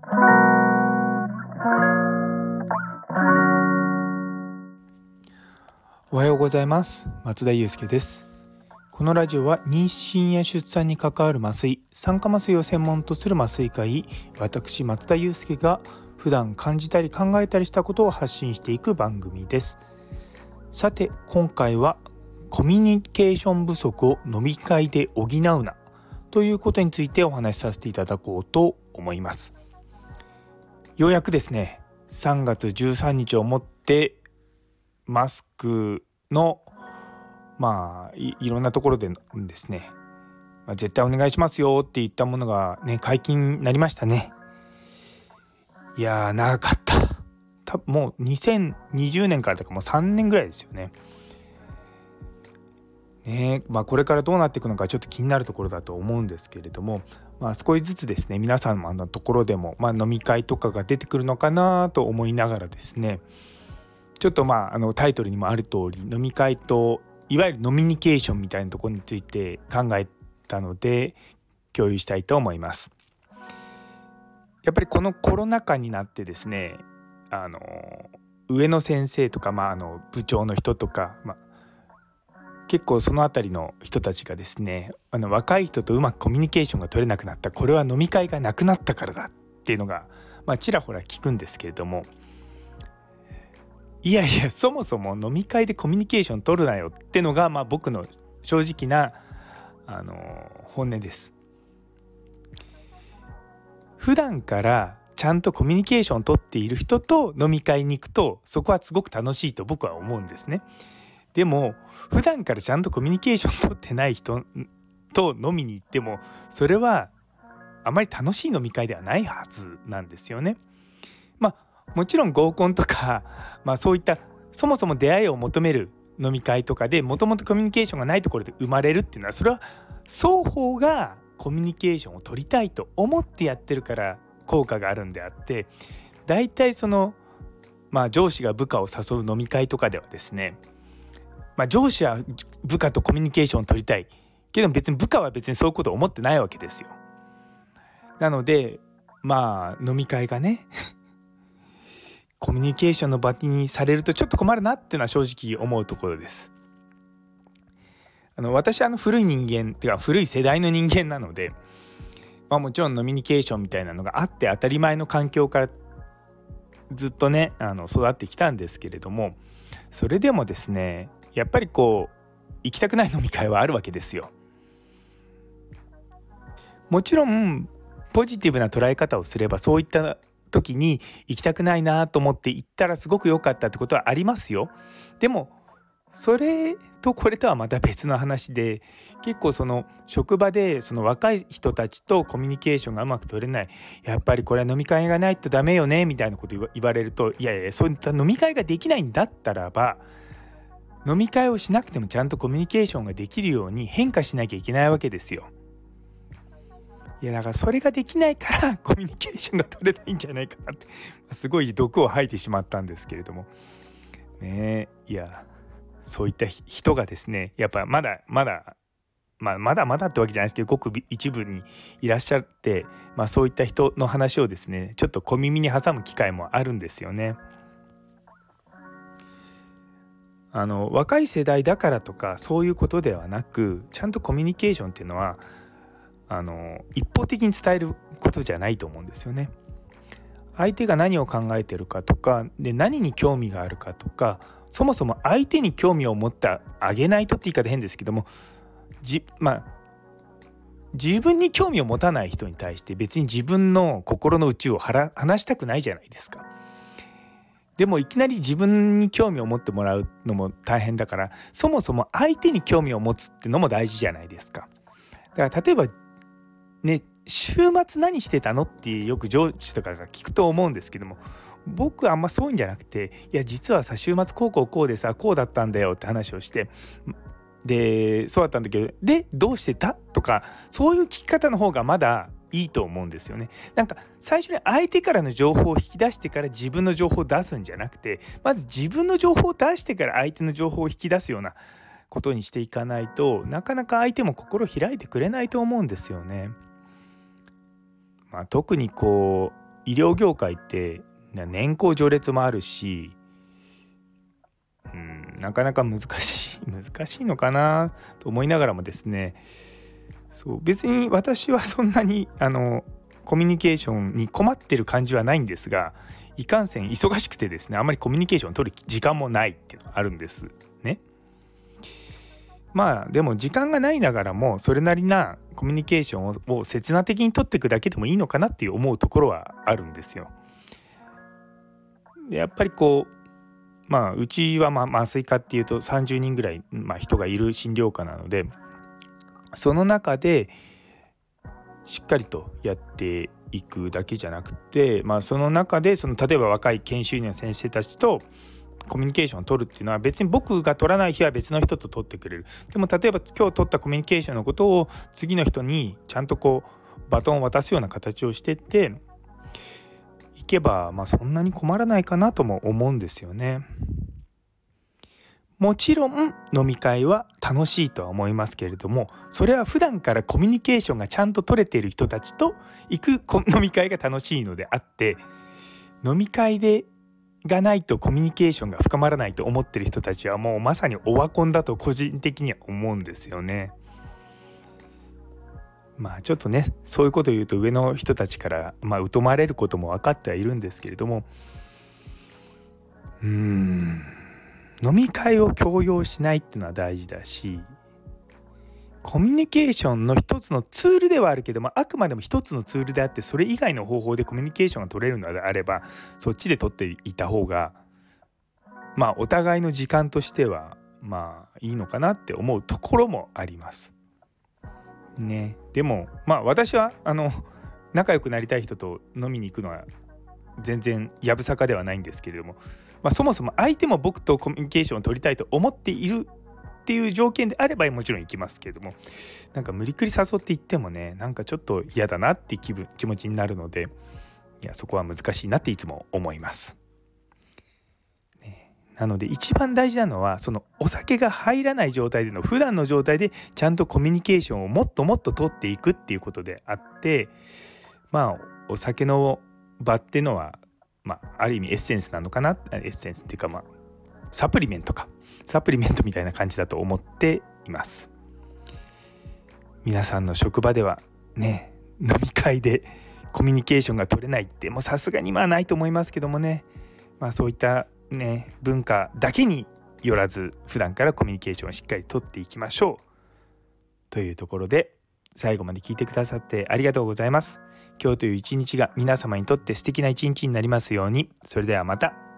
おはようございます。松田祐介です。このラジオは妊娠や出産に関わる麻酔、酸化麻酔を専門とする麻酔科医、私松田祐介が普段感じたり考えたりしたことを発信していく番組です。さて今回はコミュニケーション不足を飲み会で補うなということについてお話しさせていただこうと思います。ようやくですね、3月13日をもってマスクのいろんなところでですね、絶対お願いしますよって言ったものがね解禁になりましたね。いやー長かった。もう2020年からだからもう3年ぐらいですよね。これからどうなっていくのかちょっと気になるところだと思うんですけれども、少しずつですね皆さんのところでも、飲み会とかが出てくるのかなと思いながらですね、ちょっとタイトルにもある通り飲み会といわゆるノミニケーションみたいなところについて考えたので共有したいと思います。やっぱりこのコロナ禍になってですね、上の先生とか、部長の人とか、結構そのあたりの人たちがですね、若い人とうまくコミュニケーションが取れなくなった、これは飲み会がなくなったからだっていうのが、ちらほら聞くんですけれども、いやそもそも飲み会でコミュニケーション取るなよってのが、僕の正直な本音です。普段からちゃんとコミュニケーションを取っている人と飲み会に行くとそこはすごく楽しいと僕は思うんですね。でも普段からちゃんとコミュニケーション取ってない人と飲みに行ってもそれはあまり楽しい飲み会ではないはずなんですよね。もちろん合コンとか、そういったそもそも出会いを求める飲み会とかでもともとコミュニケーションがないところで生まれるっていうのは、それは双方がコミュニケーションを取りたいと思ってやってるから効果があるんであって、だいたい上司が部下を誘う飲み会とかではですね、上司は部下とコミュニケーションを取りたいけど別に部下は別にそういうことを思ってないわけですよ。なので飲み会がねコミュニケーションの場にされるとちょっと困るなっていうのは正直思うところです。私は古い人間っていうか古い世代の人間なので、もちろんノミニケーションみたいなのがあって当たり前の環境からずっとね育ってきたんですけれども、それでもですねやっぱり行きたくない飲み会はあるわけですよ。もちろんポジティブな捉え方をすればそういった時に行きたくないなと思って行ったらすごく良かったってことはありますよ。でもそれとこれとはまた別の話で、結構職場で若い人たちとコミュニケーションがうまく取れない、やっぱりこれは飲み会がないとダメよねみたいなこと言われると、いやそういった飲み会ができないんだったらば飲み会をしなくてもちゃんとコミュニケーションができるように変化しなきゃいけないわけですよ。いやだからそれができないからコミュニケーションが取れないんじゃないかなってすごい毒を吐いてしまったんですけれどもね。いやそういった人がですねやっぱまだってわけじゃないですけど、ごく一部にいらっしゃって、そういった人の話をですねちょっと小耳に挟む機会もあるんですよね。若い世代だからとかそういうことではなく、ちゃんとコミュニケーションっていうのは一方的に伝えることじゃないと思うんですよね。相手が何を考えてるかとかで何に興味があるかとか、そもそも相手に興味を持ってあげないとって言い方変ですけども、自分に興味を持たない人に対して別に自分の心の内を話したくないじゃないですか。でもいきなり自分に興味を持ってもらうのも大変だから、そもそも相手に興味を持つってのも大事じゃないですか。だから例えばね、週末何してたのってよく上司とかが聞くと思うんですけども、僕はあんまそういうんじゃなくて、いや実はさ週末こうでさこうだったんだよって話をして、でそうだったんだけどでどうしてたとか、そういう聞き方の方がまだいいと思うんですよね。なんか最初に相手からの情報を引き出してから自分の情報を出すんじゃなくて、まず自分の情報を出してから相手の情報を引き出すようなことにしていかないと、なかなか相手も心開いてくれないと思うんですよね。特に医療業界って年功序列もあるし、なかなか難しいのかなと思いながらもですね、そう別に私はそんなにコミュニケーションに困ってる感じはないんですが、いかんせん忙しくてですね、あんまりコミュニケーションを取る時間もないっていうのがあるんですね。まあでも時間がないながらもそれなりなコミュニケーションを刹那的に取っていくだけでもいいのかなっていう思うところはあるんですよ。でやっぱりうちは麻酔科っていうと30人ぐらい、人がいる診療科なので、その中でしっかりとやっていくだけじゃなくて、その中で例えば若い研修医の先生たちとコミュニケーションを取るっていうのは、別に僕が取らない日は別の人と取ってくれる。でも例えば今日取ったコミュニケーションのことを次の人にちゃんとバトンを渡すような形をしてっていけば、そんなに困らないかなとも思うんですよね。もちろん飲み会は楽しいとは思いますけれども、それは普段からコミュニケーションがちゃんと取れている人たちと行く飲み会が楽しいのであって、飲み会がないとコミュニケーションが深まらないと思っている人たちはもうまさにオワコンだと個人的には思うんですよね。ちょっとね、そういうことを言うと上の人たちから疎まれることも分かってはいるんですけれども、飲み会を強要しないっていうのは大事だし、コミュニケーションの一つのツールではあるけども、あくまでも一つのツールであって、それ以外の方法でコミュニケーションが取れるのであればそっちで取っていた方がお互いの時間としてはいいのかなって思うところもありますね。でも私は仲良くなりたい人と飲みに行くのは全然やぶさかではないんですけれども、そもそも相手も僕とコミュニケーションを取りたいと思っているっていう条件であればもちろん行きますけれども、無理くり誘って行ってもね、ちょっと嫌だなって気持ちになるので、そこは難しいなっていつも思います、なので一番大事なのは、そのお酒が入らない状態での普段の状態でちゃんとコミュニケーションをもっともっと取っていくっていうことであって、お酒の場っていうのはある意味エッセンスなのかな、エッセンスっていうかサプリメントみたいな感じだと思っています。皆さんの職場ではね、飲み会でコミュニケーションが取れないってもうさすがにないと思いますけどもね、そういったね文化だけによらず普段からコミュニケーションをしっかり取っていきましょうというところで、最後まで聞いてくださってありがとうございます。今日という一日が皆様にとって素敵な一日になりますように。それではまた。